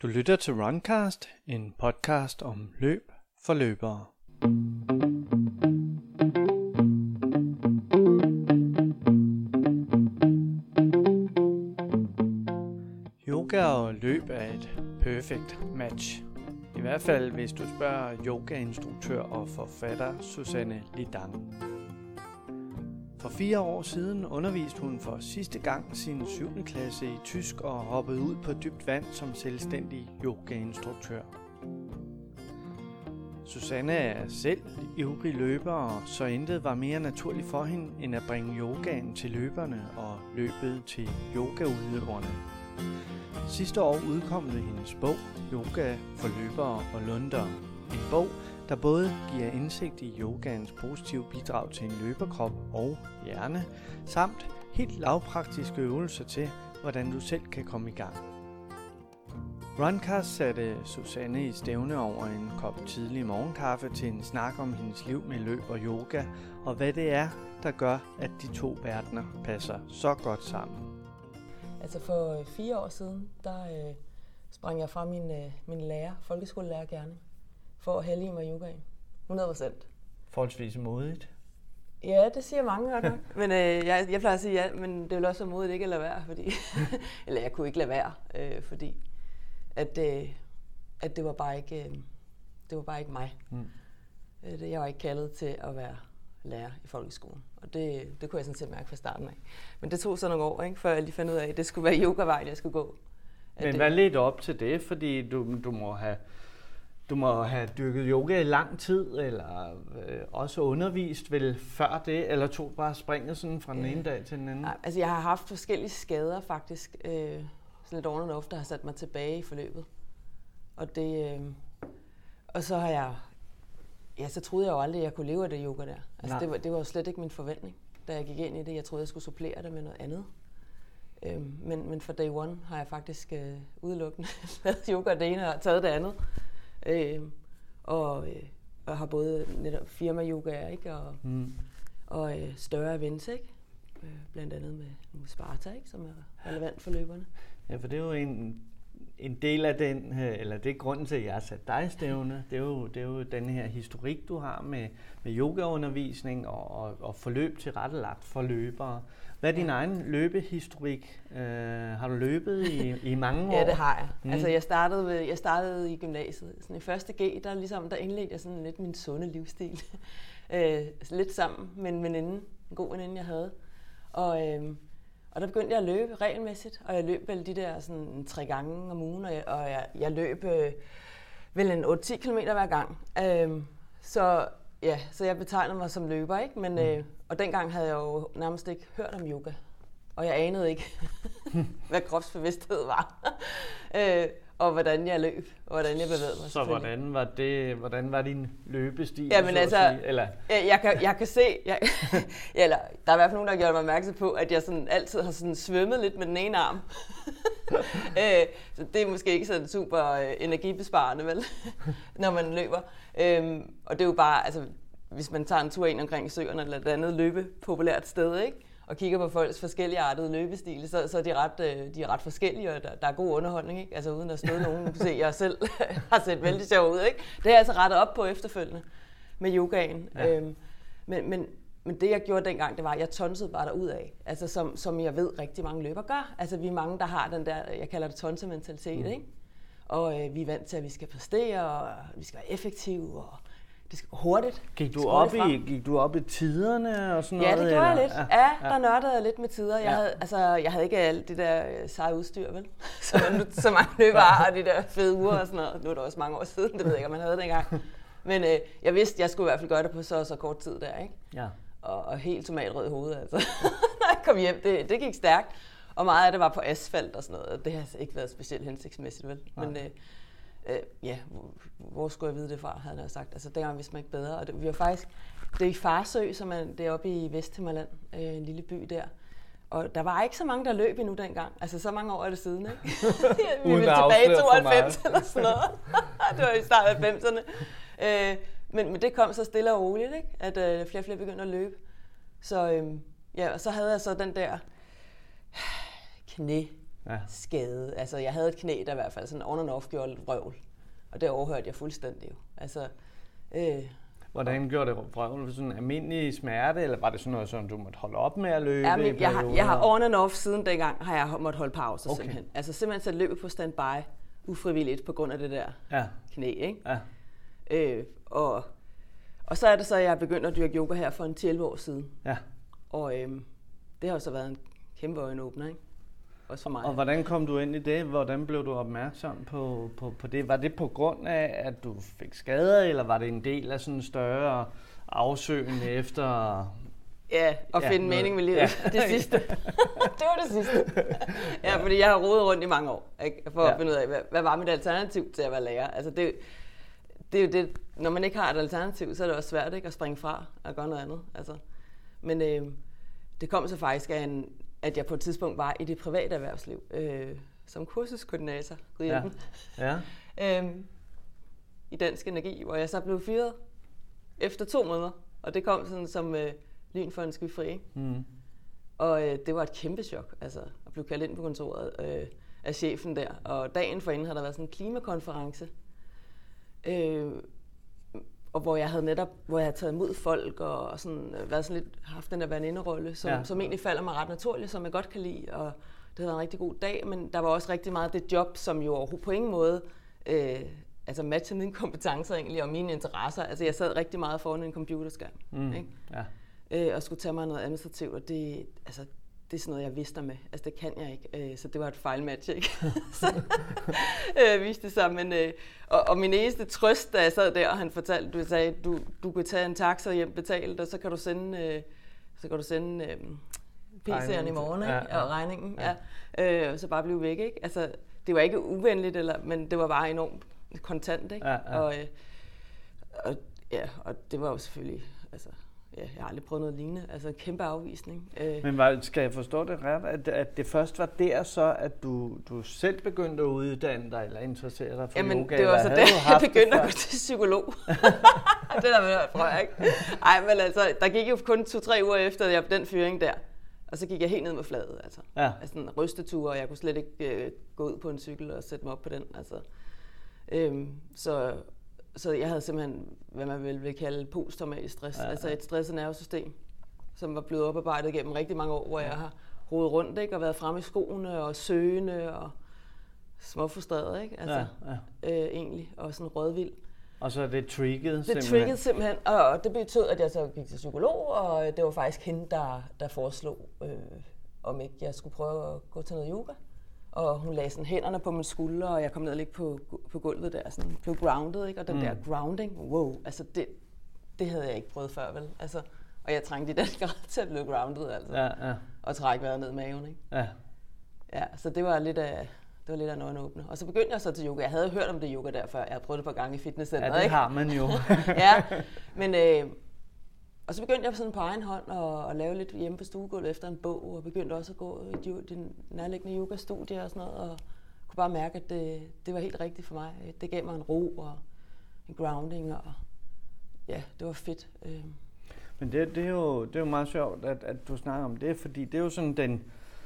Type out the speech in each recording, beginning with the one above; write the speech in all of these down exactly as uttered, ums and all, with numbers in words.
Du lytter til Runcast, en podcast om løb for løbere. Yoga og løb er et perfect match. I hvert fald hvis du spørger yogainstruktør og forfatter Susanne Lidang. For fire år siden underviste hun for sidste gang sin syvende klasse i tysk og hoppede ud på dybt vand som selvstændig yogainstruktør. Susanne er selv ivrig løber, og så intet var mere naturligt for hende end at bringe yogaen til løberne og løbet til yogaudøverne. Sidste år udkom ved hendes bog Yoga for løbere og lunder. En bog, der både giver indsigt i yogaens positive bidrag til en løberkrop og hjerne, samt helt lavpraktiske øvelser til, hvordan du selv kan komme i gang. Runcast satte Susanne i stævne over en kop tidlig morgenkaffe til en snak om hendes liv med løb og yoga, og hvad det er, der gør, at de to verdener passer så godt sammen. Altså for fire år siden, der øh, sprang jeg fra min, øh, min lærer, folkeskolelærer gerne, for at hellige mig yogaen. hundrede procent. Forholdsvis modigt. Ja, det siger mange godt nok. Men øh, jeg, jeg plejer at sige ja, men det vil også være modigt ikke at lade være, fordi eller jeg kunne ikke lade være, øh, fordi at, øh, at det var bare ikke øh, det var bare ikke mig. Mm. Øh, jeg var ikke kaldet til at være lærer i folkeskolen, og det, det kunne jeg sådan set mærke fra starten af. Men det tog så nogle år, ikke, før jeg lige fandt ud af, at det skulle være yogavejen, jeg skulle gå. At Men hvad ledte op til det? Fordi du, du må have Du må have dyrket yoga i lang tid, eller øh, også undervist vel før det, eller tog bare springet sådan fra den ene dag til den anden? Nej, altså jeg har haft forskellige skader faktisk, øh, sådan lidt on and off, der har sat mig tilbage i forløbet. Og det, øh, og så har jeg, ja, så troede jeg jo aldrig, at jeg kunne leve af det yoga der. Altså det var, det var jo slet ikke min forventning, da jeg gik ind i det. Jeg troede, jeg skulle supplere det med noget andet. Øh, men, men for day one har jeg faktisk øh, udelukkende lavet yoga det ene og taget det andet. Øh, og, øh, og har både netop firma-yoga, ikke? Og, mm. og øh, større events, ikke? Øh, blandt andet med, med Sparta, ikke? Som er relevant for løberne. Ja, for det er jo en, en del af den, eller det er grunden til, at jeg har sat dig stævne. Det er jo, det er jo den her historik, du har med, med yogaundervisning og, og, og forløb tilrettelagt for løbere. Hvad er din ja. egen løbehistorik? Uh, har du løbet i, i mange år? Ja, det har jeg. Mm. Altså, jeg startede, ved, jeg startede i gymnasiet. Sådan i første G, der, ligesom, der indledte jeg sådan lidt min sunde livsstil. uh, lidt sammen med en veninde, en god veninde, jeg havde. Og, uh, og der begyndte jeg at løbe regelmæssigt, og jeg løb vel de der sådan, tre gange om ugen, og jeg, og jeg, jeg løb uh, vel en otte til ti kilometer hver gang. Uh, så ja, så jeg betegnede mig som løber, ikke? Men, mm. øh, og dengang havde jeg jo nærmest ikke hørt om yoga. Og jeg anede ikke, hvad kropsbevidsthed var. øh, og hvordan jeg løb, og hvordan jeg bevægede mig. Så hvordan var det, hvordan var din løbestil? Jamen altså, eller? Jeg, jeg, kan, jeg kan se, jeg, eller, der er i hvert fald nogen, der har gjort mig opmærksom på, at jeg sådan, altid har sådan svømmet lidt med den ene arm. øh, så det er måske ikke sådan super øh, energibesparende, vel, når man løber. Øhm, og det er jo bare, altså, hvis man tager en tur ind omkring søerne eller et andet løbepopulært sted, ikke? Og kigger på folks forskellige artede løbestile, så, så er de ret, øh, de er ret forskellige, og der, der er god underholdning, ikke? Altså uden at støde nogen, kan se, jeg selv har set vældig sjov ud, ikke? Det har jeg altså rettet op på efterfølgende med yogaen. Ja. Øhm, men, men, men det, jeg gjorde dengang, det var, at jeg tonsede bare derudad. Altså som, som jeg ved, rigtig mange løbere gør. Altså vi er mange, der har den der, jeg kalder det tonsementalitet, mm. ikke? Og øh, vi er vant til, at vi skal præstere, og vi skal være effektive, og det skal gå hurtigt. Gik du, op i, gik du op i tiderne og sådan ja, noget? Ja, det gjorde eller? jeg lidt. Ja, ja, der nørdede jeg lidt med tider. Jeg, ja. havde, altså, jeg havde ikke alt det der seje udstyr, vel? Så, man, så mange løber har, og de der fede uger og sådan noget. Nu er det også mange år siden, det ved jeg ikke, om man havde det engang. Men øh, jeg vidste, at jeg skulle i hvert fald gøre det på så så kort tid der, ikke? Ja. Og, og helt tomatrød i hovedet, altså. Når jeg kom hjem, det, det gik stærkt. Og meget af det var på asfalt og sådan noget. Det har altså ikke været specielt hensigtsmæssigt, vel? Ja. Men øh, øh, ja, hvor, hvor skulle jeg vide det fra, havde jeg sagt. Altså, dengang vidste man ikke bedre. Og det, vi var faktisk, det er i Farsø, som er deroppe i Vesthimmerland, øh, en lille by der. Og der var ikke så mange, der løb endnu dengang. Altså, så mange år er det siden, ikke? Vi ville tilbage i tooghalvfems eller sådan noget. Det var i starten af halvfemserne. Øh, men, men det kom så stille og roligt, ikke? At øh, flere og flere begyndte at løbe. Så, øh, ja, og så havde jeg så den der knæ ja. skade. Altså, jeg havde et knæ, der i hvert fald sådan on and off gjorde lidt vrøvl. Og det overhørte jeg fuldstændig jo. Altså, øh, Hvordan gjorde det vrøvl? Sådan en almindelig smerte, eller var det sådan noget, som du måtte holde op med at løbe? Ja, men jeg, har, jeg har on and off siden dengang, har jeg måttet holde pause okay. simpelthen. Altså simpelthen sat løbet på standby, ufrivilligt på grund af det der ja. knæ, ikke? Ja. Øh, og, og så er det så, at jeg er begyndt at dyrke yoga her for en ti elleve år siden. Ja. Og øhm, det har jo så været en kæmpe øjenåbner, ikke? Også for mig. Og hvordan kom du ind i det? Hvordan blev du opmærksom på, på, på det? Var det på grund af, at du fik skader, eller var det en del af sådan en større afsøgende efter... Ja, at ja, finde noget. mening med livet. Ja. Det sidste. Det var det sidste. Ja, fordi jeg har rodet rundt i mange år, ikke? For ja. at finde ud af, hvad, hvad var mit alternativ til at være lærer. Altså det, det er jo det, når man ikke har et alternativ, så er det også svært, ikke, at springe fra og gøre noget andet. Altså. Men øh, det kom så faktisk af, en, at jeg på et tidspunkt var i det private erhvervsliv, øh, som kursuskoordinator, Gud hjælpe ja. ja. øhm, i Dansk Energi, hvor jeg så blev fyret efter to måneder. Og det kom sådan som øh, lyn for en skyfri. Mm. Og øh, det var et kæmpe chok, altså at blive kaldt ind på kontoret øh, af chefen der. Og dagen forinden havde der været sådan en klimakonference, øh, og hvor jeg havde netop, hvor jeg havde taget imod folk og sådan, øh, været sådan lidt, haft den der veninderolle, som, ja. som egentlig falder mig ret naturligt, som jeg godt kan lide. Og det var en rigtig god dag, men der var også rigtig meget det job, som jo overhovedet på ingen måde øh, altså matchede mine kompetencer egentlig og mine interesser. Altså jeg sad rigtig meget foran en computerskærm, mm. ikke? Ja. Øh, og skulle tage mig noget administrativt, og det, altså, det er sådan noget, jeg vidste med. Altså det kan jeg ikke, øh, så det var et fejlmatch, ikke? så øh, viste det sig, men øh, og, og min eneste trøst, da jeg sad der, og han fortalte, du sagde, du du kan tage en taxa hjem betalt, og så kan du sende, øh, så kan du sende øh, P C'eren i morgen, ikke? Ja, ja. Og regningen, ja. ja. Øh, og så bare blive væk, ikke? Altså det var ikke uvenligt, eller, men det var bare enormt kontant, ikke? Ja, ja. Og, øh, og ja, og det var jo selvfølgelig, altså. Ja, jeg har aldrig prøvet noget lignende. Altså en kæmpe afvisning. Men hvad, skal jeg forstå det ret, at, at det først var der så, at du, du selv begyndte at uddanne dig eller interessere dig for Jamen, yoga? Det var så der, jeg begyndte at gå til psykolog. det der med prøver jeg ikke. Ej, men altså, der gik jo kun to-tre uger efter jeg den fyring der. Og så gik jeg helt ned med fladet, altså. Ja. Altså en rystetur, og jeg kunne slet ikke øh, gå ud på en cykel og sætte mig op på den, altså. Øhm, så... Så jeg havde simpelthen, hvad man vel vil kalde posttraumatisk stress, ja, ja. Altså et stresset nervesystem, som var blevet oparbejdet gennem rigtig mange år, hvor jeg har rodet rundt, ikke, og været fremme i skoene og søgende og småfrustreret, ikke? Altså, ja, ja. Øh, egentlig, og sådan rødvild. Og så er det trigget det simpelthen? Det triggede simpelthen, og det betød, at jeg så gik til psykolog, og det var faktisk hende, der, der foreslog, øh, om ikke jeg skulle prøve at gå til noget yoga. Og hun lagde sådan hænderne på mine skuldre, og jeg kom ned og ligge på, på gulvet der, sådan blev grounded, ikke? Og den mm. der grounding, wow, altså det, det havde jeg ikke prøvet før, vel? Altså, og jeg trængte i den grad til at blive grounded, altså. Ja, ja. Og trække vejret ned i maven, ikke? Ja. Ja, så det var lidt af, det var lidt af en øjenåbner. Og så begyndte jeg så til yoga. Jeg havde hørt om det yoga der før. Jeg havde prøvet det et par gange i fitnesscenteret, ja, det ikke? har man jo. ja, men... Øh, Og så begyndte jeg sådan på egen hånd at, at lave lidt hjemme på stuegulvet efter en bog, og begyndte også at gå i de nærliggende yogastudier og sådan noget, og kunne bare mærke, at det, det var helt rigtigt for mig. Det gav mig en ro og en grounding, og ja, det var fedt. Men det, det, er, jo, det er jo meget sjovt, at, at du snakker om det, fordi det er jo sådan den...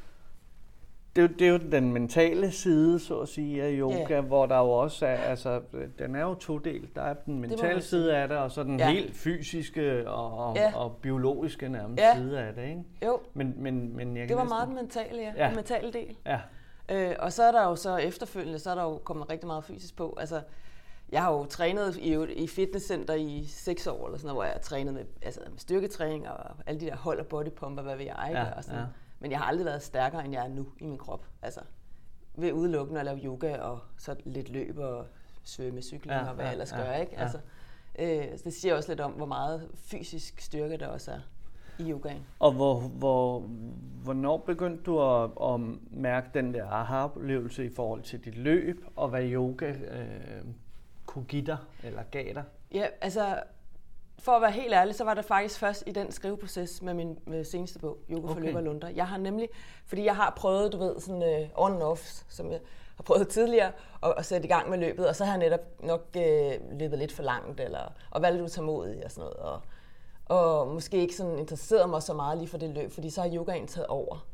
Det er, jo, det er jo den mentale side, så at sige, af yoga, yeah. hvor der jo også er, altså, den er jo todelt. Der er den mentale side af det, og så den ja. helt fysiske og, og, yeah. og biologiske nærmest yeah. side af det, ikke? Jo. Men, men, men jeg det var næsten... meget den mentale, ja. ja. Den mentale del. Ja. Øh, og så er der jo så efterfølgende, så er der jo kommet rigtig meget fysisk på. Altså, jeg har jo trænet i, i fitnesscenter i seks år, eller sådan noget, hvor jeg har trænet med, altså, med styrketræning og alle de der hold- og bodypumper, hvad ved jeg, ikke? Ja, og sådan. Ja. Men jeg har aldrig været stærkere, end jeg er nu i min krop. Altså, ved udelukkende at lave yoga og så lidt løb og svømme, cykling ja, og hvad jeg ellers ja, gør, ikke? Ja. Altså, øh, det siger også lidt om, hvor meget fysisk styrke der også er i yogaen. Og hvor, hvor, hvornår begyndte du at, at mærke den der aha-oplevelse i forhold til dit løb, og hvad yoga øh, kunne give dig, eller gav dig? Ja, altså... For at være helt ærlig, så var det faktisk først i den skriveproces med min med seneste bog, Yoga for okay. Løber og Lunder. Jeg har nemlig, fordi jeg har prøvet, du ved, sådan uh, on and off, som jeg har prøvet tidligere, at, at sætte i gang med løbet, og så har jeg netop nok uh, løbet lidt for langt, eller, og valgt utålmodig og sådan noget, og, og måske ikke sådan interesseret mig så meget lige for det løb, fordi så har yogaen taget over.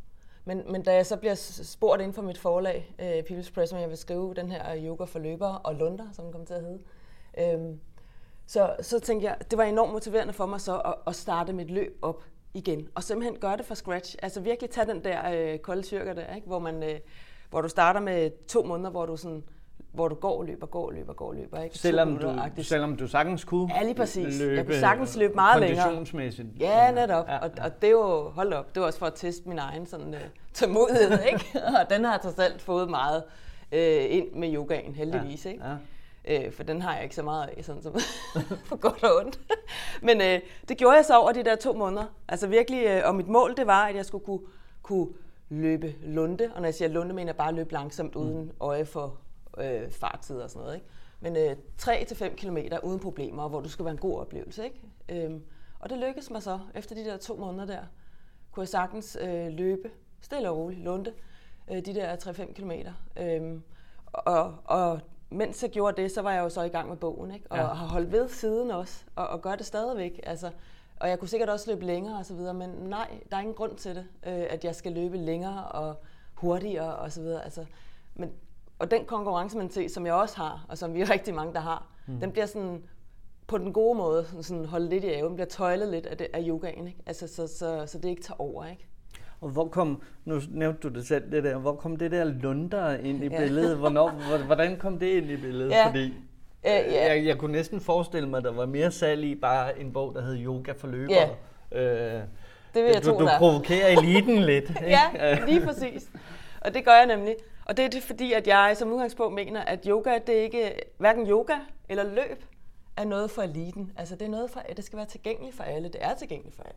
Men, men da jeg så bliver spurgt inden for mit forlag, øh, People's Press, om jeg vil skrive den her yoga for løbere og lunder, som den kommer til at hedde, øh, så, så tænkte jeg, det var enormt motiverende for mig så at, at starte mit løb op igen. Og simpelthen gøre det fra scratch. Altså virkelig tage den der øh, kolde tyrker der, ikke? Hvor, man, øh, hvor du starter med to måneder, hvor du sådan... hvor du går, løber, går, løber, går, løber. Ikke? Selvom, du, selvom du sagtens kunne ja, lige præcis. løbe jeg kunne sagtens løbe meget længere. Konditionsmæssigt. Ja, netop. Ja, ja. Og, og det er jo, hold op, det var også for at teste min egen sådan, uh, tålmodighed, ikke? Og den har jeg trods alt fået meget uh, ind med yogaen, heldigvis, ja, ikke? Ja. Uh, for den har jeg ikke så meget af, sådan som for godt og ondt. Men uh, det gjorde jeg så over de der to måneder. Altså virkelig, uh, og mit mål, det var, at jeg skulle kunne, kunne løbe lunde. Og når jeg siger lunde, mener jeg bare løbe langsomt, mm. uden øje for Øh, farttider og sådan noget, ikke? Men øh, tre til fem kilometer uden problemer, hvor du skal være en god oplevelse, ikke? Øhm, og det lykkedes mig så, efter de der to måneder der, kunne jeg sagtens øh, løbe stille og roligt, lunde, øh, de der tre til fem kilometer. Øhm, og, og mens jeg gjorde det, så var jeg jo så i gang med bogen, ikke? Og ja. har holdt ved siden også, og, og gør det stadigvæk, altså. Og jeg kunne sikkert også løbe længere og så videre, men nej, der er ingen grund til det, øh, at jeg skal løbe længere og hurtigere og så videre, altså. Men og den konkurrencementalitet, som jeg også har, og som vi er rigtig mange, der har, mm. den bliver sådan på den gode måde sådan holdt lidt i ave. Den bliver tøjlet lidt af, det, af yogaen, ikke? Altså, så, så, så det ikke tager over, ikke? Og hvor kom, nu nævnte du det selv, det der, hvor kom det der lunder ind i ja. billedet? Hvornår, hvordan kom det ind i billedet? Ja. Fordi øh, ja. jeg, jeg kunne næsten forestille mig, at der var mere salg i bare en bog, der hed Yoga for løbere. Ja. Øh, det vil jeg du, tro, du der. provokerer eliten lidt, ikke? Ja, lige præcis. Og det gør jeg nemlig. Og det er det, fordi, at jeg som udgangspunkt mener, at yoga, det er ikke, hverken yoga eller løb, er noget for eliten. Altså, det er noget for, det skal være tilgængeligt for alle. Det er tilgængeligt for alle.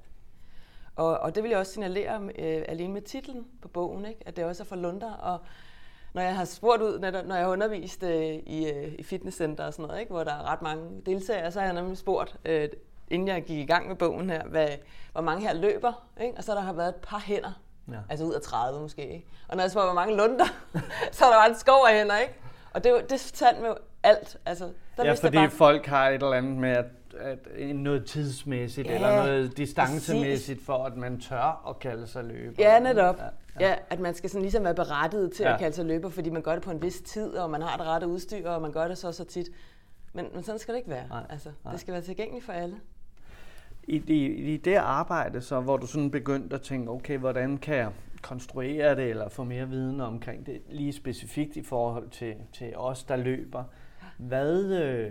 Og, og det vil jeg også signalere øh, alene med titlen på bogen, ikke? At det også er for lunder. Og når jeg har spurgt ud, når jeg har undervist øh, i, øh, i fitnesscenter og sådan noget, ikke? Hvor der er ret mange deltagere, så har jeg nemlig spurgt, øh, inden jeg gik i gang med bogen her, hvad, hvor mange her løber, ikke? Og så der har været et par hænder. Ja. Altså ud af tredive måske, ikke? Og når jeg spørger, hvor mange lunder, så er der bare en skov af hænder, ikke? Og det, det fortalte mig jo alt. Altså, der ja, fordi bare... folk har et eller andet med at, at noget tidsmæssigt, ja, eller noget distancemæssigt, præcis. For at man tør at kalde sig løber. Ja, netop. Ja, ja. Ja, at man skal sådan ligesom være berettiget til ja. at kalde sig løber, fordi man gør det på en vis tid, og man har det rette udstyr, og man gør det så så tit. Men, men sådan skal det ikke være. Nej, altså, nej. Det skal være tilgængeligt for alle. I, i, I det arbejde, så, hvor du sådan begyndte at tænke, okay, hvordan kan jeg konstruere det, eller få mere viden omkring det, lige specifikt i forhold til, til os, der løber. Hvad, øh,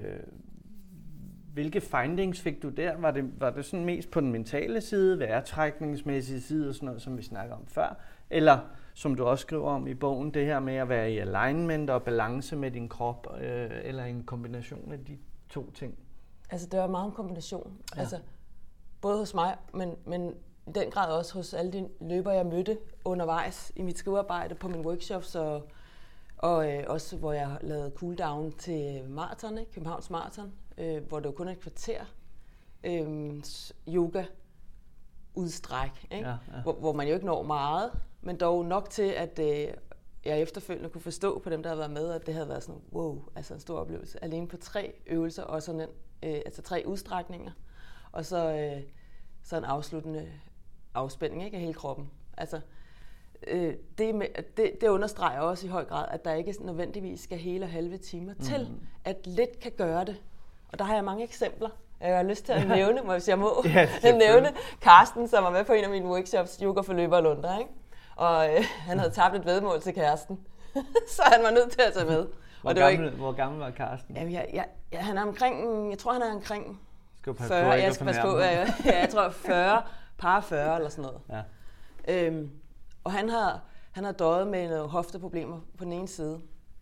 hvilke findings fik du der? Var det, var det sådan mest på den mentale side, vejrtrækningsmæssige side og sådan noget, som vi snakker om før? Eller, som du også skriver om i bogen, det her med at være i alignment og balance med din krop, øh, eller en kombination af de to ting? Altså, det var meget en kombination. Ja. Altså, både hos mig, men, men i den grad også hos alle de løbere, jeg mødte undervejs i mit skrivearbejde på mine workshops, og, og øh, også hvor jeg lavede cooldown til maraton, ikke? Københavns Marathon, øh, hvor det jo kun er et kvarter øh, yoga udstræk, ikke? Ja, ja. Hvor, hvor man jo ikke når meget, men dog nok til, at øh, jeg efterfølgende kunne forstå på dem, der havde været med, at det havde været sådan, wow, altså en stor oplevelse. Alene på tre øvelser, og sådan en, øh, altså tre udstrækninger, og så, øh, så en afsluttende afspænding, ikke, af hele kroppen. Altså, øh, det, med, det, det understreger også i høj grad, at der ikke nødvendigvis skal hele og halve timer mm. til, at lidt kan gøre det. Og der har jeg mange eksempler. Jeg har lyst til at nævne, hvis jeg må, ja, nævne Karsten, som var med på en af mine workshops, yoga for løber og lunder, ikke? Og øh, han havde tabt et væddemål til kæresten, så han var nødt til at tage med. Hvor, og det gammel, ikke... hvor gammel var Karsten? Jamen, jeg, jeg, jeg, han er omkring, jeg tror han er omkring skal passe fyrre, på, jeg skal passe på, ja, ja, jeg tror fyrre, par fyrre eller sådan noget. Ja. Øhm, og han har, han har døjet med nogle hofteproblemer på den ene side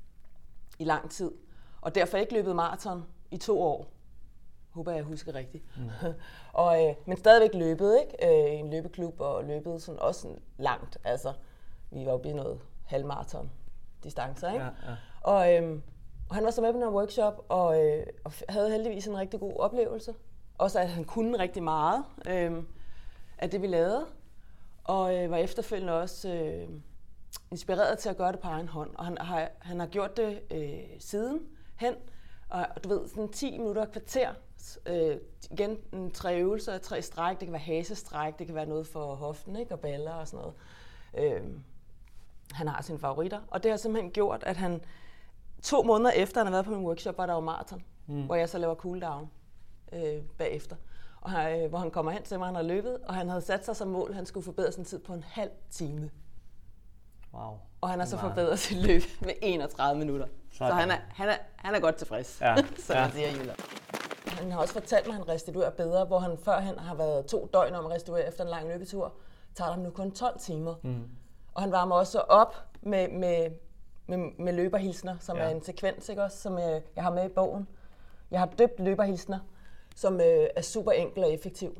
i lang tid, og derfor ikke løbet maraton i to år. Håber jeg husker rigtigt. Mm. og, øh, men stadigvæk løbet, ikke? Øh, i en løbeklub, og løbet sådan også sådan langt. Altså, vi var oppe i noget halvmaraton distancer, ikke? Ja, ja. Og, øh, og han var så med på en workshop, og, øh, og havde heldigvis en rigtig god oplevelse. Også at han kunne rigtig meget øh, af det, vi lavede. Og øh, var efterfølgende også øh, inspireret til at gøre det på egen hånd. Og han har, han har gjort det øh, siden hen. Og du ved, sådan ti minutter kvarter, øh, igen en tre øvelser, tre stræk, det kan være hasestræk, det kan være noget for hoften, ikke? Og baller og sådan noget. Øh, han har sine favoritter, og det har simpelthen gjort, at han to måneder efter, han har været på min workshop, var der jo maraton, mm. hvor jeg så laver cooldown øh, bagefter. Og han, øh, hvor han kommer hen til mig, han har løbet, og han havde sat sig som mål, at han skulle forbedre sin tid på en halv time. Wow. Og han har så forbedret sit løb med enogtredive minutter. Så, så han, er, han, er, han er godt tilfreds, ja. som ja. man siger i Jylland. Han har også fortalt mig, at han restituerer bedre, hvor han førhen har været to døgn om at restituere efter en lang løbetur. Tager ham nu kun tolv timer. Mm. Og han varmer også op med, med, med, med løberhilsner, som ja. er en sekvens, ikke også, som jeg, jeg har med i bogen. Jeg har døbt løberhilsner, som øh, er super enkel og effektiv.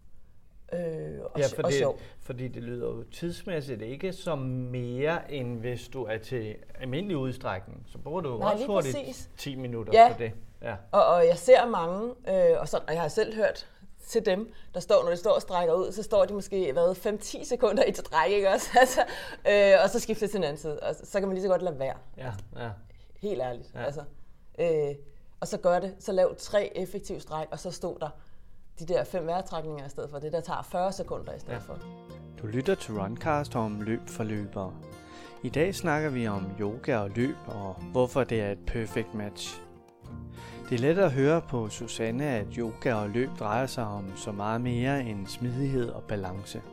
Øh, og, ja, for og det, sjov. fordi det lyder jo tidsmæssigt ikke som mere, end hvis du er til almindelig udstrækning. Så bruger du jo også hurtigt ti minutter ja. på det. Ja, og, og jeg ser mange, øh, og, sådan, og jeg har selv hørt til dem, der står, når de står og strækker ud, så står de måske fem til ti sekunder i træk, ikke også? Altså, øh, og så skifter til den anden side, og så kan man lige så godt lade være. Ja, ja. Helt ærligt. Ja. Altså, øh, og så gør det, så lav tre effektive stræk, og så stod der de der fem vejrtrækninger i stedet for. Det der tager fyrre sekunder i stedet ja. for. Du lytter til Runcast om løb for løbere. I dag snakker vi om yoga og løb, og hvorfor det er et perfect match. Det er let at høre på Susanne, at yoga og løb drejer sig om så meget mere end smidighed og balance.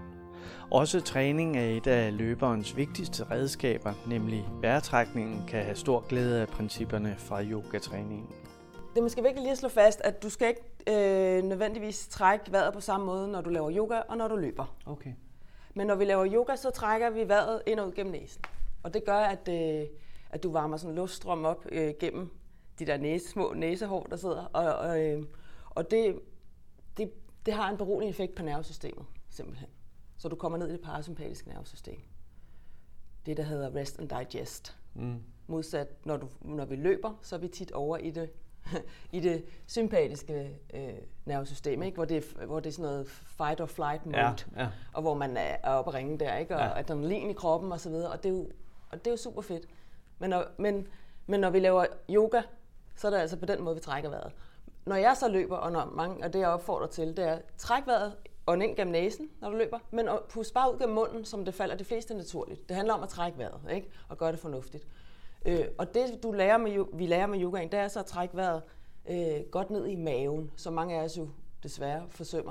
Også træning er et af løberens vigtigste redskaber, nemlig vejrtrækningen, kan have stor glæde af principperne fra yogatræningen. Det er måske vigtigt lige at slå fast, at du skal ikke øh, nødvendigvis trække vejret på samme måde, når du laver yoga og når du løber. Okay. Men når vi laver yoga, så trækker vi vejret ind og ud gennem næsen. Og det gør, at, øh, at du varmer sådan en luftstrøm op øh, gennem de der næse, små næsehår, der sidder. Og, og, øh, og det, det, det har en beroligende effekt på nervesystemet, simpelthen. Så du kommer ned i det parasympatiske nervesystem. Det, der hedder rest and digest. Mm. Modsat, når, du, når vi løber, så er vi tit over i det, i det sympatiske øh, nervesystem, ikke? Hvor, det er, hvor det er sådan noget fight or flight mode, ja, ja. og hvor man er oppe at ringe der, ikke? Og ja. adrenalin i kroppen og så videre, og det er jo, og det er jo super fedt. Men når, men, men når vi laver yoga, så er det altså på den måde, vi trækker vejret. Når jeg så løber, og, når mange, og det jeg opfordrer til, det er træk vejret og ind gennem næsen, når du løber, men pust bare ud gennem munden, som det falder de fleste naturligt. Det handler om at trække vejret, ikke? Og gøre det fornuftigt. Øh, og det, du lærer med, vi lærer med yogaen, det er så at trække vejret øh, godt ned i maven, som mange af os jo desværre forsømmer.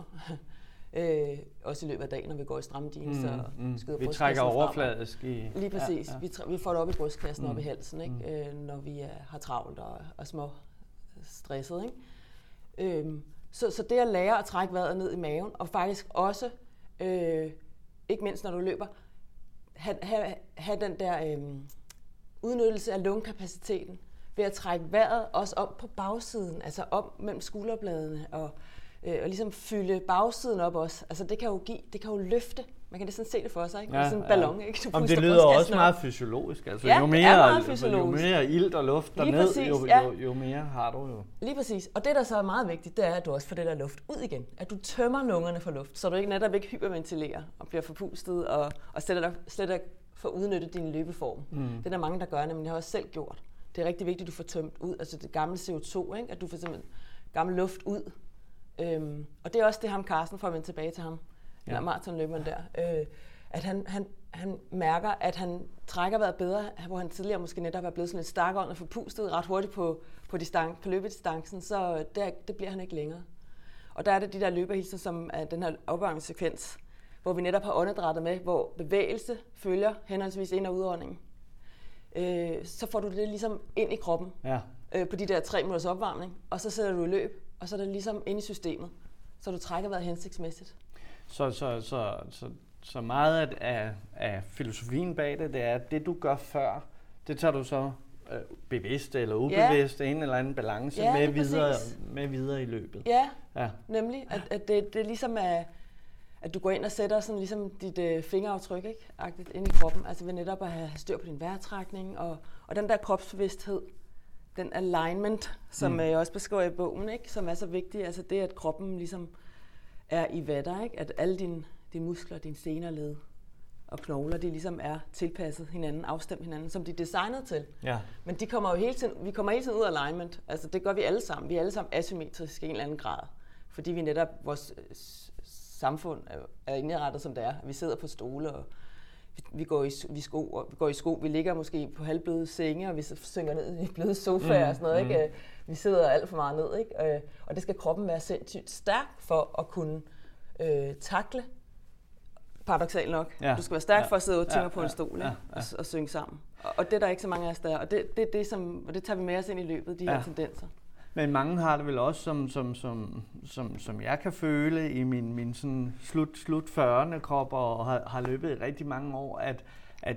øh, også i løbet af dagen, når vi går i stramme jeans mm, og mm. skyder vi trækker overfladisk i... Lige præcis. Ja, ja. Vi, tr- vi får det op i brystkassen, mm. op i halsen, ikke? Mm. Øh, når vi er, har travlt og er små stresset. Ikke? Øh, så, så det at lære at trække vejret ned i maven, og faktisk også, øh, ikke mindst når du løber, have, have, have den der... Øh, udnyttelse af lungekapaciteten ved at trække vejret også op på bagsiden, altså op mellem skulderbladene og, øh, og ligesom fylde bagsiden op også. Altså det kan jo give, det kan jo løfte. Man kan næsten se det for sig, ikke? Ja, sådan en ballon, ja. Ikke? Du Om det lyder også op. meget fysiologisk. Altså ja, jo mere, det er meget fysiologisk. Jo mere ilt og luft derned, præcis, jo, ja. jo, jo mere har du jo. Lige præcis. Og det, der så er meget vigtigt, det er, at du også får det der luft ud igen. At du tømmer lungerne for luft, så du ikke netop ikke hyperventilerer og bliver forpustet og, og slet ikke slet for at udnytte din løbeform. Mm. Det er der mange, der gør, men jeg har også selv gjort. Det er rigtig vigtigt, at du får tømt ud, altså det gamle C O to, ikke? At du får simpelthen gammel luft ud. Øhm, og det er også det, ham Carsten, for at vende tilbage til ham, ja. maratonløberen der, øh, at han, han, han mærker, at han trækker vejret bedre, hvor han tidligere måske netop er blevet sådan lidt stakånd og forpustet ret hurtigt på, på, distan- på løbedistancen, så der, det bliver han ikke længere. Og der er det de der løberhilser, som er den her opvarmningssekvens, hvor vi netop har åndedrættet med, hvor bevægelse følger henholdsvis ind- og udånding. Øh, så får du det ligesom ind i kroppen ja. øh, på de der tre minutters opvarmning, og så sætter du i løb, og så er det ligesom ind i systemet, så du trækker vejret hensigtsmæssigt. Så, så, så, så, så meget af, af filosofien bag det, det er, at det du gør før, det tager du så øh, bevidst eller ubevidst, ja. en eller anden balance ja, med, videre, med videre i løbet. Ja, ja. nemlig, at, at det, det ligesom er... at du går ind og sætter sådan ligesom dit øh, fingeraftryk, ikke? Agtigt ind i kroppen, altså ved netop at have styr på din vejrtrækning, og, og den der kropsbevidsthed, den alignment, som mm. jeg også beskriver i bogen, ikke? Som er så vigtig, altså det, at kroppen ligesom er i vatter, ikke? At alle dine, dine muskler, dine sener, led og knogler, de ligesom er tilpasset hinanden, afstemt hinanden, som de er designet til. Ja. Men de kommer jo hele tiden, vi kommer hele tiden ud af alignment, altså det gør vi alle sammen, vi er alle sammen asymmetriske i en eller anden grad, fordi vi netop, vores samfund er indrettet som det er. Vi sidder på stole og vi går i, vi sko, vi går i sko, vi ligger måske på halvbløde senge, og vi synker ned i bløde sofaer mm, og sådan noget, mm. ikke? Vi sidder alt for meget ned, ikke? Og det skal kroppen være sindssygt stærk for at kunne øh, takle. Paradoksalt nok. Ja. Du skal være stærk ja. for at sidde otte timer ja. på en stol, ikke? Ja. Ja. Og, og synge sammen. Og, og det er der ikke så mange af os, der er. Og det, det, det, som, og det tager vi med os ind i løbet, de ja. her tendenser. Men mange har det vel også, som, som, som, som, som jeg kan føle i min, min sådan slut, slut fyrrerne krop, og har, har løbet i rigtig mange år, at, at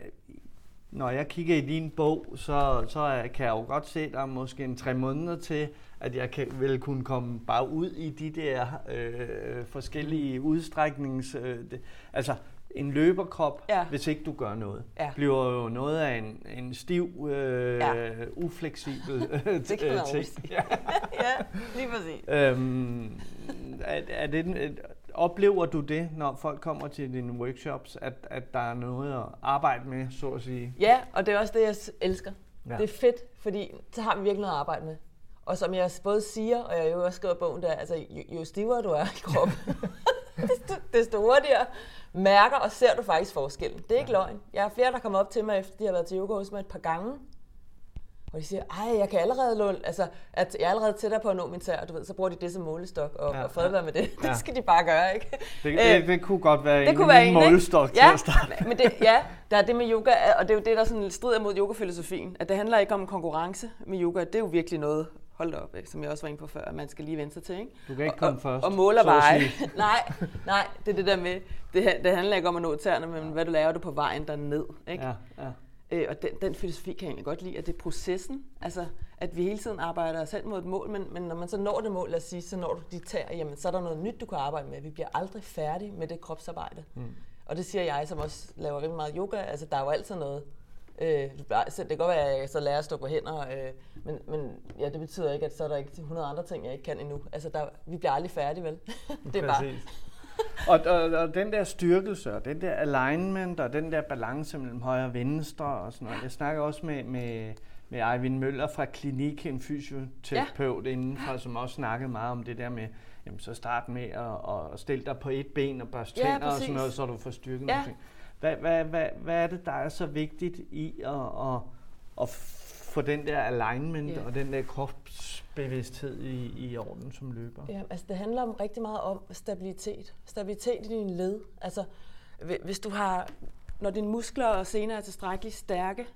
når jeg kigger i din bog, så, så kan jeg jo godt se, der er måske en tre måneder til, at jeg kan, vil kunne komme bare ud i de der øh, forskellige udstræknings... Øh, det, altså, en løberkrop, ja. hvis ikke du gør noget, ja. bliver jo noget af en, en stiv, øh, ja. ufleksibel øh, det kan man ting. Ja. ja, lige præcis. Øhm, er, er det, oplever du det, når folk kommer til dine workshops, at, at der er noget at arbejde med, så at sige? Ja, og det er også det, jeg elsker. Ja. Det er fedt, fordi så har vi virkelig noget at arbejde med. Og som jeg både siger, og jeg har jo også skrevet bogen der, altså jo, jo stivere du er i kroppen, desto, desto hurtigere mærker og ser du faktisk forskellen. Det er ikke løgn. Jeg har flere, der kommer op til mig, efter de har været til yoga hos mig et par gange, og de siger, ej, jeg kan allerede låne, altså, at jeg er allerede tættere på at nå min tær, du ved, så bruger de det som målestok, og, ja, og fred være med det. Ja. Det skal de bare gøre, ikke? Det, det, det kunne godt være det en, kunne være en målestok til ja, at starte. Men det, ja, der er det med yoga, og det er jo det, der sådan strider mod yogafilosofien, at det handler ikke om konkurrence med yoga, det er jo virkelig noget, hold da op, ikke? Som jeg også var inde på før, at man skal lige vente sig til, ikke? Du kan ikke komme og, først. Og måler veje. nej, nej, det er det der med, det, det handler ikke om at nå tæerne, men hvad du laver du på vejen derned, ikke? Ja, ja. Øh, og den, den filosofi kan jeg egentlig godt lide, at det er processen, altså at vi hele tiden arbejder os selv mod et mål, men, men når man så når det mål, lad os sige, så når du de tæer, jamen så er der noget nyt, du kan arbejde med. Vi bliver aldrig færdige med det kropsarbejde. Mm. Og det siger jeg, som også laver rimelig meget yoga, altså der er jo altid noget. Øh, det kan godt være, at jeg så lærer at stå på hænder, øh, men, men ja, det betyder ikke, at så er der ikke hundrede andre ting, jeg ikke kan endnu. Altså, der, vi bliver aldrig færdige, vel? det er bare... og, og, og den der styrkelse, og den der alignment, og den der balance mellem højre og venstre, og sådan noget. Jeg snakker også med, med, med Eivind Møller fra Klinik, en fysioterapeut ja. indenfor, som også snakkede meget om det der med, jamen så start med at, at stille dig på et ben og børste ja, tænder og sådan noget, så du får styrket ja. nogle ting. Hvad, hvad, hvad, hvad er det, der er så vigtigt i at, at, at få den der alignment yeah. og den der kropsbevidsthed i, i orden som løber? Ja, altså det handler om rigtig meget om stabilitet. Stabilitet i dine led. Altså hvis du har, når dine muskler og sener er tilstrækkeligt stærke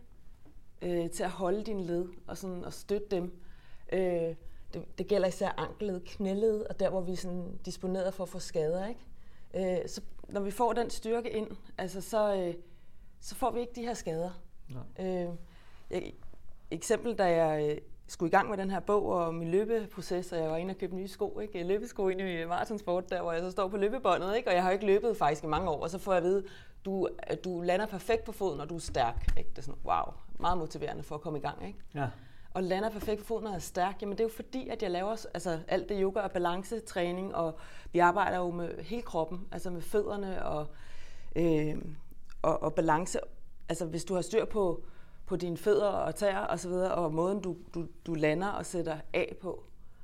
øh, til at holde dine led og, sådan, og støtte dem. Øh, det, det gælder især ankelled, knæled og der, hvor vi er sådan disponeret for at få skader, ikke? Øh, så når vi får den styrke ind, altså så, øh, så får vi ikke de her skader. Øh, jeg, eksempel, da jeg øh, skulle i gang med den her bog og min løbeproces, og jeg var inde og købte nye sko, ikke? Løbesko ind i maratonsport, der hvor jeg så står på løbebåndet, ikke? Og jeg har ikke løbet faktisk i mange år, og så får jeg at vide, du, du lander perfekt på foden, og du er stærk. Ikke? Det er sådan, wow, meget motiverende for at komme i gang, ikke? Ja. Og lander perfekt på foden og er stærk, jamen det er jo fordi, at jeg laver altså, alt det yoga og balancetræning, og vi arbejder jo med hele kroppen, altså med fødderne og, øh, og, og balance. Altså hvis du har styr på, på dine fødder og tæer og så videre, og måden du, du, du lander og sætter af på,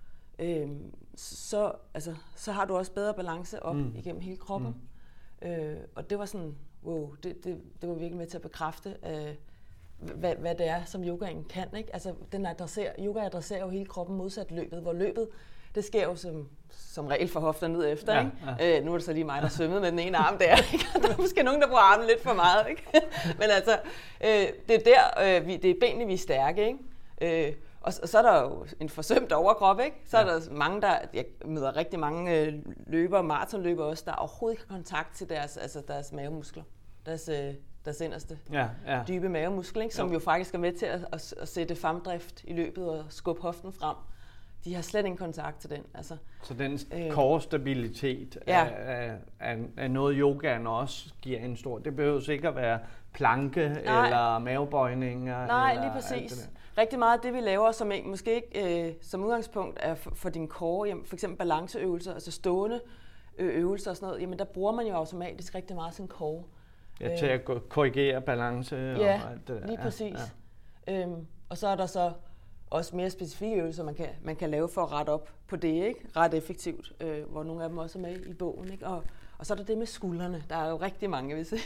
øh, så, altså, så har du også bedre balance op mm. igennem hele kroppen. Mm. Øh, og det var sådan, wow, det, det, det var virkelig med til at bekræfte, øh, Hvad, hvad det er, som yogaen kan, ikke? Altså, den adresserer, yoga adresserer jo hele kroppen modsat løbet, hvor løbet, det sker jo som, som regel fra hofter ned efter, ja, ikke? Ja. Øh, nu er det så lige mig, der svømmede med den ene arm der, ikke? Der er måske nogen, der bruger armen lidt for meget, ikke? Men altså, øh, det er der, øh, vi, det er benene, vi er stærke, ikke? Øh, og, og så er der jo en forsømt overkrop, ikke? Så ja. er der mange, der, jeg møder rigtig mange øh, løbere, maratonløbere også, der overhovedet ikke har kontakt til deres, altså deres mavemuskler, deres øh, deres inderste ja, ja. dybe mavemuskel, ikke? Som jo. jo faktisk er med til at, at, at sætte fremdrift i løbet og skubbe hoften frem. De har slet ingen kontakt til den. Altså, så den øh, core-stabilitet ja. er, er, er noget, yogaen også giver en stor... Det behøver ikke at være planke Nej. eller mavebøjninger. Nej, eller lige præcis. Rigtig meget af det, vi laver, som ikke, måske ikke øh, som udgangspunkt er for, for din core, jamen, for eksempel balanceøvelser, altså stående øvelser og sådan noget, jamen der bruger man jo automatisk rigtig meget sin core. Ja, til at korrigere balance ja, og alt det der. Lige præcis. Ja, ja. Øhm, og så er der så også mere specifikke øvelser, man kan, man kan lave for at rette op på det, ikke? Ret effektivt, øh, hvor nogle af dem også er med i bogen, ikke? Og, Og så er der det med skuldrene. Der er jo rigtig mange hvis,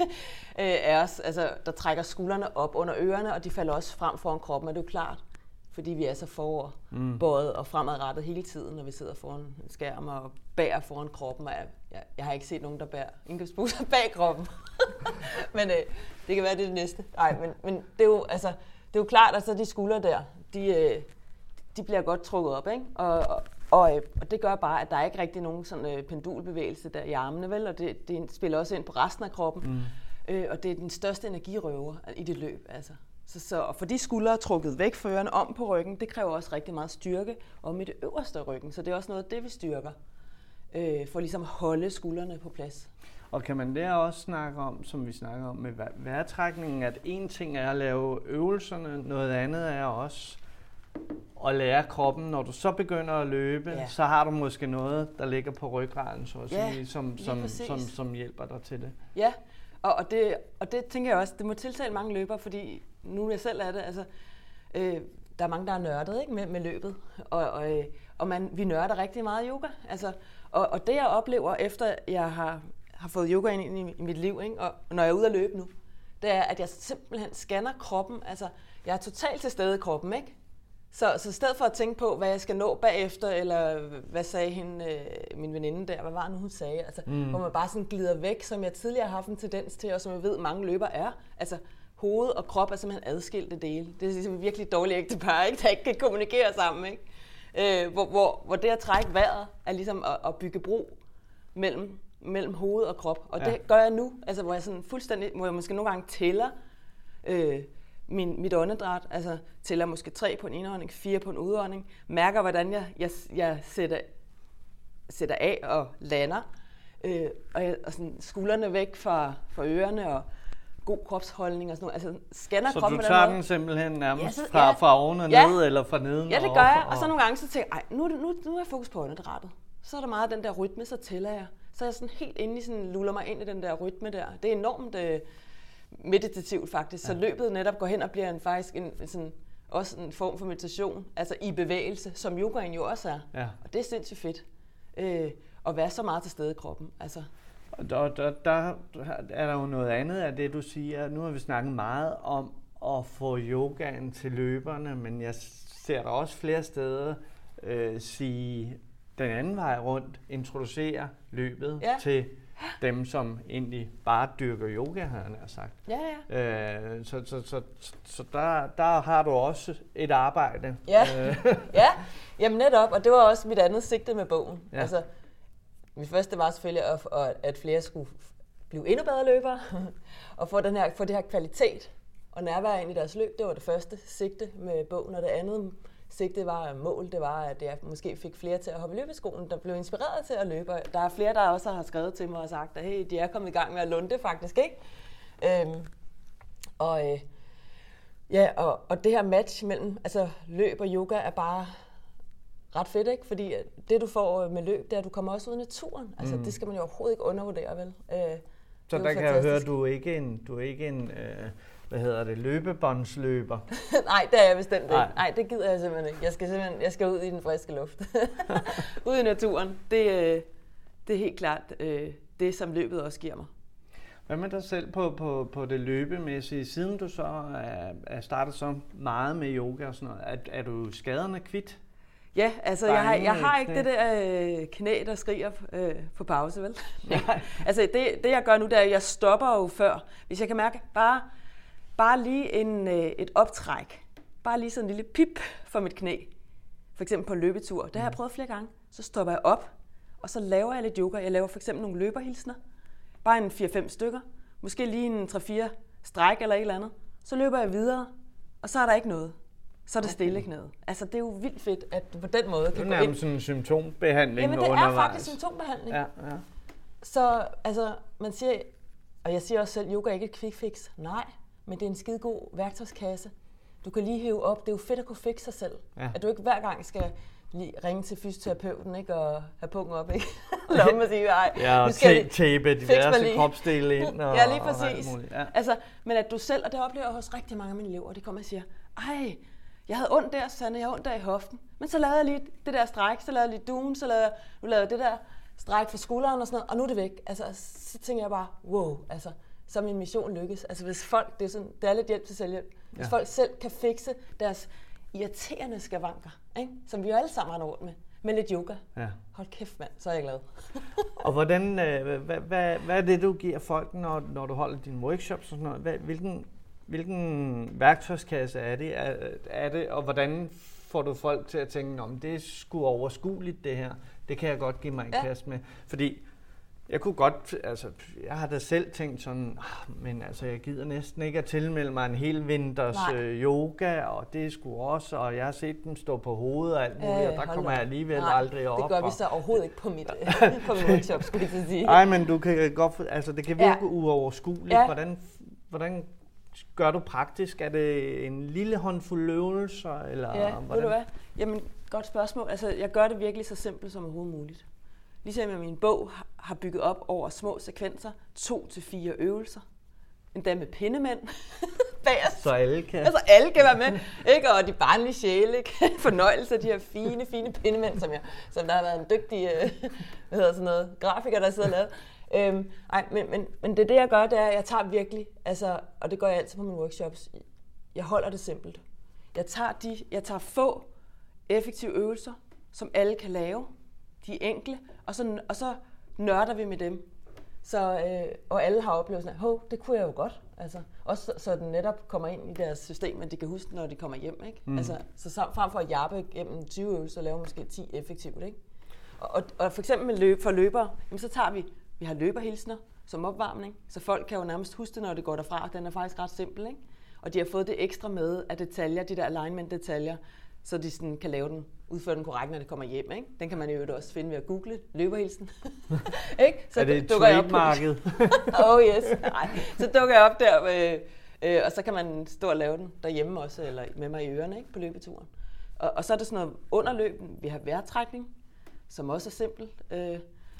af os, altså, der trækker skuldrene op under ørerne, og de falder også frem foran kroppen, er det jo klart. Fordi vi er så foroverbøjet mm. og fremadrettet hele tiden, når vi sidder foran en skærm og bærer foran kroppen. Jeg, jeg, jeg har ikke set nogen, der bærer indkøbsposer bag kroppen. men øh, det kan være, det er det næste. Nej, men, men det, er jo, altså, det er jo klart, at altså, de skuldre der, de, øh, de bliver godt trukket op. Ikke? Og, og, og, og det gør bare, at der er ikke rigtig nogen sådan, øh, pendulbevægelse der i armene, vel? Og det, det spiller også ind på resten af kroppen. Mm. Øh, og det er den største energirøver i det løb, altså. Så, så at få de skuldre er trukket væk fra ørerne om på ryggen, det kræver også rigtig meget styrke om i det øverste af ryggen. Så det er også noget af det, vi styrker, øh, for ligesom at holde skuldrene på plads. Og kan man der også snakke om, som vi snakker om med vejrtrækningen, at en ting er at lave øvelserne, noget andet er også at lære kroppen, når du så begynder at løbe, ja. Så har du måske noget, der ligger på ryggraden, så at ja, sige, som, som, som, som hjælper dig til det. Ja, og, og, det, og det tænker jeg også, det må tiltale mange løbere, fordi nu jeg selv er det, altså, øh, der er mange, der er nørdet ikke, med, med løbet, og, og, og man, vi nørder rigtig meget yoga. Altså, og, og det jeg oplever, efter jeg har, har fået yoga ind i, i mit liv, ikke, og når jeg er ude at løbe nu, det er, at jeg simpelthen scanner kroppen. Altså, jeg er totalt til stede i kroppen, ikke? Så, så i stedet for at tænke på, hvad jeg skal nå bagefter, eller hvad sagde hende, øh, min veninde der, hvad var nu hun sagde, altså, mm. hvor man bare sådan glider væk, som jeg tidligere har haft en tendens til, og som jeg ved, mange løbere er. Altså, hoved og krop er simpelthen adskilte dele. Det er ligesom virkelig dårligt ægtepar, ikke? Der ikke kan kommunikere sammen, ikke? Øh, hvor, hvor, hvor det at trække vejret er ligesom at, at bygge bro mellem, mellem hoved og krop. Og ja. Det gør jeg nu, altså, hvor jeg sådan fuldstændig, hvor jeg måske nogle gange tæller øh, min, mit åndedræt, altså tæller måske tre på en indånding, fire på en udånding, mærker, hvordan jeg, jeg, jeg sætter, sætter af og lander, øh, og, jeg, og sådan skuldrene væk fra, fra ørerne, og god kropsholdning og sådan noget. Altså, scanner så kroppen du tager den simpelthen nærmest ja, så, ja, fra, fra oven og ja, ned, eller fra neden? Ja, det gør jeg. Og så nogle gange så tænker jeg, ej, nu, nu, nu er jeg fokus på åndedrættet. Så er der meget den der rytme, så tæller jeg. Så er jeg sådan helt inde i sådan, luller mig ind i den der rytme der. Det er enormt øh, meditativt faktisk. Ja. Så løbet netop går hen og bliver en, faktisk en, sådan, også en form for meditation, altså i bevægelse, som yogaen jo også er. Ja. Og det er sindssygt fedt. Øh, at være så meget til stede i kroppen. Altså. Og der, der, der er der jo noget andet af det, du siger. Nu har vi snakket meget om at få yogaen til løberne, men jeg ser der også flere steder øh, sige den anden vej rundt, introducere løbet ja. Til dem, som egentlig bare dyrker yoga, har jeg nær sagt. Ja, ja. Øh, så så, så, så der, der har du også et arbejde. Ja, ja. Jamen netop, og det var også mit andet sigte med bogen. Ja. Altså, mit første var selvfølgelig, at, at flere skulle blive endnu bedre løbere, og få, den her, få det her kvalitet og nærvær ind i deres løb. Det var det første sigte med bogen, og det andet sigte var mål, det var, at jeg måske fik flere til at hoppe i løbeskolen, der blev inspireret til at løbe. Der er flere, der også har skrevet til mig og sagt, at hey, de er kommet i gang med at lunde faktisk, ikke? Øhm, og, øh, ja, og, og det her match mellem altså, løb og yoga er bare ret fedt, ikke? Fordi det, du får med løb, det er, at du kommer også ud i naturen. Altså, mm. det skal man jo overhovedet ikke undervurdere, vel? Øh, så der kan jeg høre, at du er ikke en, du er ikke en øh, hvad hedder det, løbebåndsløber? Nej, det er jeg bestemt ikke. Nej, det gider jeg simpelthen ikke. Jeg skal simpelthen, jeg skal ud i den friske luft. Ud i naturen. Det, øh, det er helt klart øh, det, som løbet også giver mig. Hvad med dig selv på, på, på det løbemæssige? Siden du så er, er startet så meget med yoga og sådan noget, er, er du skaderne kvit? Ja, altså jeg har, jeg har ikke det der øh, knæ, der skriger øh, på pause, vel? Altså det, det jeg gør nu, det er, at jeg stopper jo før. Hvis jeg kan mærke, bare, bare lige en, øh, et optræk, bare lige sådan en lille pip for mit knæ, for eksempel på en løbetur, det har jeg prøvet flere gange, så stopper jeg op, og så laver jeg lidt yoga. Jeg laver for eksempel nogle løberhilsner, bare en fire fem stykker, måske lige en tre fire stræk eller et eller andet. Så løber jeg videre, og så er der ikke noget. Så er det stille knæet. Altså, det er jo vildt fedt, at du på den måde kan gå ind. Det er nærmest sådan en symptombehandling undervejs. Jamen, det er faktisk symptombehandling. Ja, ja. Så, altså, man siger, og jeg siger også selv, yoga er ikke et quick fix. Nej, men det er en skide god værktøjskasse. Du kan lige hæve op. Det er jo fedt at kunne fikse sig selv. Ja. At du ikke hver gang skal lige ringe til fysioterapeuten, ikke, og have pungen op, ikke? Lad mig sige, ej, ja, og tape diverse kropsdele ind. Og, ja, lige præcis. Og ja. Altså, men at du selv, og det oplever jeg hos rigtig mange af mine elever, de kommer og siger, ej, jeg havde ondt der, Sanne, jeg havde ondt der i hoften. Men så lavede jeg lige det der stræk, så lavede jeg lige duen, så lavede jeg, nu lavede jeg det der stræk for skulderen og sådan noget, og nu er det væk. Altså, så tænker jeg bare, wow, altså, så er min mission lykkes. Altså hvis folk, det er, sådan, det er lidt hjælp til selvhjælp, hvis ja. folk selv kan fikse deres irriterende skavanker, ikke? Som vi jo alle sammen har rundt med, med lidt yoga. Ja. Hold kæft mand, så er jeg glad. Og hvordan, øh, hvad, hvad, hvad er det, du giver folk, når, når du holder dine workshops og sådan noget? Hvad, hvilken, hvilken værktøjskasse er det, er, er det, og hvordan får du folk til at tænke, om det er sgu overskueligt det her, det kan jeg godt give mig en ja. kast med. Fordi jeg kunne godt, altså jeg har da selv tænkt sådan, ah, men altså jeg gider næsten ikke at tilmelde mig en hel vinters øh, yoga, og det er sgu også, og jeg har set dem stå på hovedet og alt muligt, øh, og der kommer jeg alligevel Nej, aldrig op. det gør vi så overhovedet ikke på mit, på min workshop, skulle jeg til sige. Nej, men du kan godt, altså det kan virke ja. uoverskueligt. Ja. Hvordan, hvordan gør du praktisk? Er det en lille håndfuld øvelser, eller ja, hvordan? Ved du hvad? Jamen, godt spørgsmål. Altså, jeg gør det virkelig så simpelt som overhovedet muligt. Ligesom jeg min bog har bygget op over små sekvenser, to til fire øvelser, endda med pindemænd bagerst. Så alle kan. Altså alle kan være med, ikke? Og de barnlige sjæle kan fornøjelse af de her fine, fine pindemænd, som, jeg, som der har været en dygtig hvad hedder sådan noget, grafiker, der sidder og lavet. Øhm, ej, men, men, men det er det, jeg gør, det er, at jeg tager virkelig, altså, og det gør jeg altid på mine workshops, jeg holder det simpelt. Jeg tager, de, jeg tager få effektive øvelser, som alle kan lave, de er enkle, og så, og så nørder vi med dem. Så, øh, og alle har oplevelsen af, hov, det kunne jeg jo godt. Altså, også så, så den netop kommer ind i deres system, at de kan huske, når de kommer hjem. Ikke? Mm. Altså, så sam, frem for at jappe gennem tyve øvelser, laver måske ti effektivt. Ikke? Og, og, og for eksempel med løb, for løbere, jamen, så tager vi, vi har løberhilsner som opvarmning, så folk kan jo nærmest huske det, når det går derfra. Den er faktisk ret simpel. Ikke? Og de har fået det ekstra med af detaljer, de der alignment-detaljer, så de sådan kan lave den, udføre den korrekt, når de kommer hjem. Ikke? Den kan man jo også finde ved at google løberhilsen. Ikke? Så er det et trademarket? Oh yes. Nej. Så dukker jeg op der, øh, øh, og så kan man stå og lave den derhjemme også, eller med mig i ørerne, ikke? På løbeturen. Og, og så er det sådan noget underløb. Vi har vejrtrækning, som også er simpelt. Øh,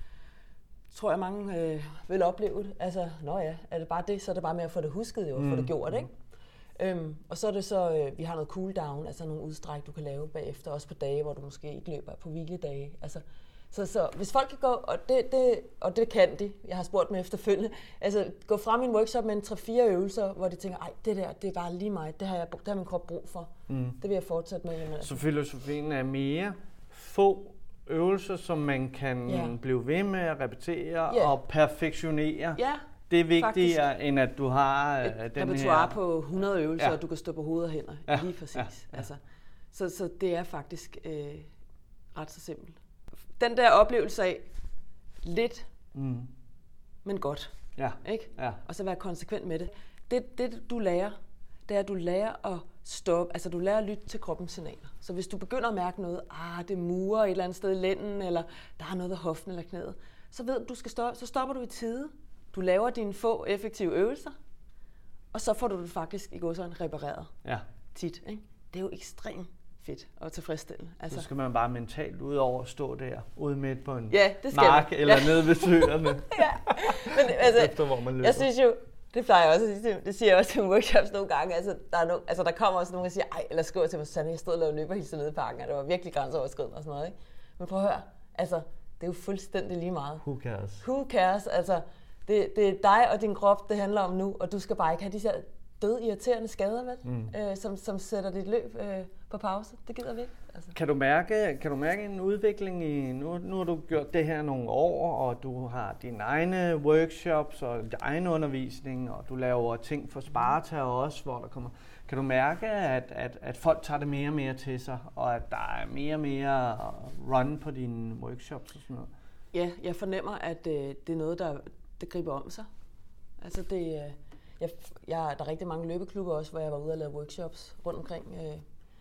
tror jeg, mange øh, vil opleve det. Altså, nå ja, er det bare det, så er det bare med at få det husket, jo, og mm. få det gjort, ikke? Øhm, og så er det så, øh, vi har noget cool down, altså nogle udstræk, du kan lave bagefter, også på dage, hvor du måske ikke løber på hviledage. Altså, så, så hvis folk kan gå, og det, det, og det kan de, jeg har spurgt dem efterfølgende, altså gå frem i en workshop med en tre fire øvelser, hvor de tænker, ej, det der, det er bare lige mig, det har, jeg, det har min krop brug for. Mm. Det vil jeg fortsætte med. Jamen, så filosofien er mere få øvelser, som man kan ja. blive ved med at repetere ja. og perfektionere. Ja. Det er vigtigere, faktisk, end at du har et uh, den repertoire her... på hundrede øvelser, ja. og du kan stå på hoved og hænder. Ja. Lige præcis. Ja. Ja. Altså, så, så det er faktisk øh, ret så simpelt. Den der oplevelse af lidt, mm. men godt. Ja. Ikke? Ja. Og så være konsekvent med det. Det, det du lærer, det er, at du lærer at stoppe, altså du lærer at lytte til kroppens signaler. Så hvis du begynder at mærke noget, ah, det murer et eller andet sted i lænden, eller der er noget ved hoften eller knæet, så ved du, du skal stoppe, så stopper du i tide. Du laver dine få effektive øvelser, og så får du det faktisk i går sådan repareret ja. tit. Ikke? Det er jo ekstremt fedt og tilfredsstillende. Altså. Så skal man bare mentalt ud over at stå der, ude midt på en ja, det skal mark man. eller ja. nede ved søerne. ja. Men, altså, efter hvor man løber. Jeg synes jo, det plejer jeg også at sige, det siger jeg også til workshops nogle gange, altså der, er no, altså, der kommer også nogen, der siger, ej, eller skriver til mig, Sanne, jeg stod og lavede løberhilser nede i parken, og det var virkelig grænseoverskridende og sådan noget. Ikke? Men prøv at høre, altså, det er jo fuldstændig lige meget. Who cares? Who cares? Altså, Det, det er dig og din krop, det handler om nu, og du skal bare ikke have de her død irriterende skader, vel? Mm. Øh, som, som sætter dit løb øh, på pause. Det gider vi ikke. Altså. Kan du mærke, kan du mærke en udvikling i, nu, nu har du gjort det her nogle år, og du har dine egne workshops og din egen undervisning, og du laver ting for Sparta også, hvor der kommer. Kan du mærke, at, at, at folk tager det mere og mere til sig, og at der er mere og mere run på dine workshops og sådan noget? Ja, jeg fornemmer, at øh, det er noget, der det griber om sig. Altså det, jeg, jeg, der er rigtig mange løbeklubber også, hvor jeg var ude og lave workshops rundt omkring øh,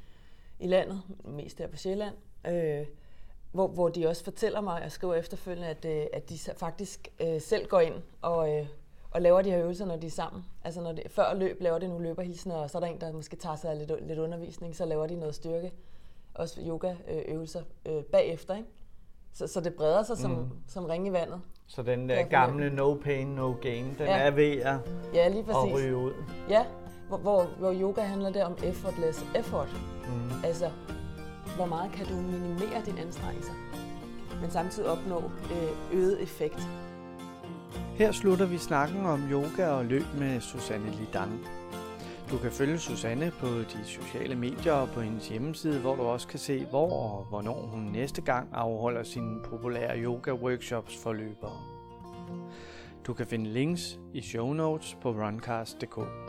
i landet, mest der på Sjælland, øh, hvor, hvor de også fortæller mig, jeg skriver efterfølgende, at, øh, at de faktisk øh, selv går ind og, øh, og laver de her øvelser, når de er sammen. Altså når de, før løb laver de nogle løberhilsener, og så er der en, der måske tager sig af lidt, lidt undervisning, så laver de noget styrke, også yogaøvelser øh, bagefter, ikke? Så, så det breder sig som, mm. som ring i vandet. Så den der gamle no pain, no gain, den ja. er ved at, ja, lige præcis. at ryge ud. Ja, hvor, hvor, hvor yoga handler det om effortless effort. Mm. Altså, hvor meget kan du minimere dine anstrengelser? men samtidig opnå øh, øget effekt. Her slutter vi snakken om yoga og løb med Susanne Lidang. Du kan følge Susanne på de sociale medier og på hendes hjemmeside, hvor du også kan se, hvor og hvornår hun næste gang afholder sine populære yoga-workshops for løbere. Du kan finde links i show notes på runcast punktum d k.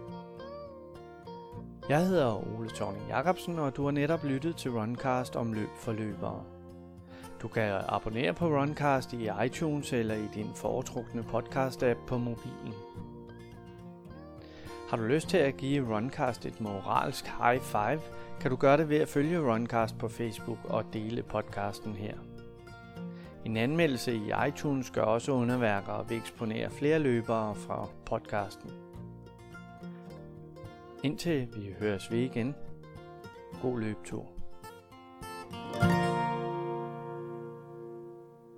Jeg hedder Ole Thorning Jacobsen, og du har netop lyttet til Runcast om løb for løbere. Du kan abonnere på Runcast i iTunes eller i din foretrukne podcast-app på mobilen. Har du lyst til at give Runcast et moralsk high five, kan du gøre det ved at følge Runcast på Facebook og dele podcasten her. En anmeldelse i iTunes gør også underværker og vil eksponere flere løbere fra podcasten. Indtil vi høres ved igen. God løbetur.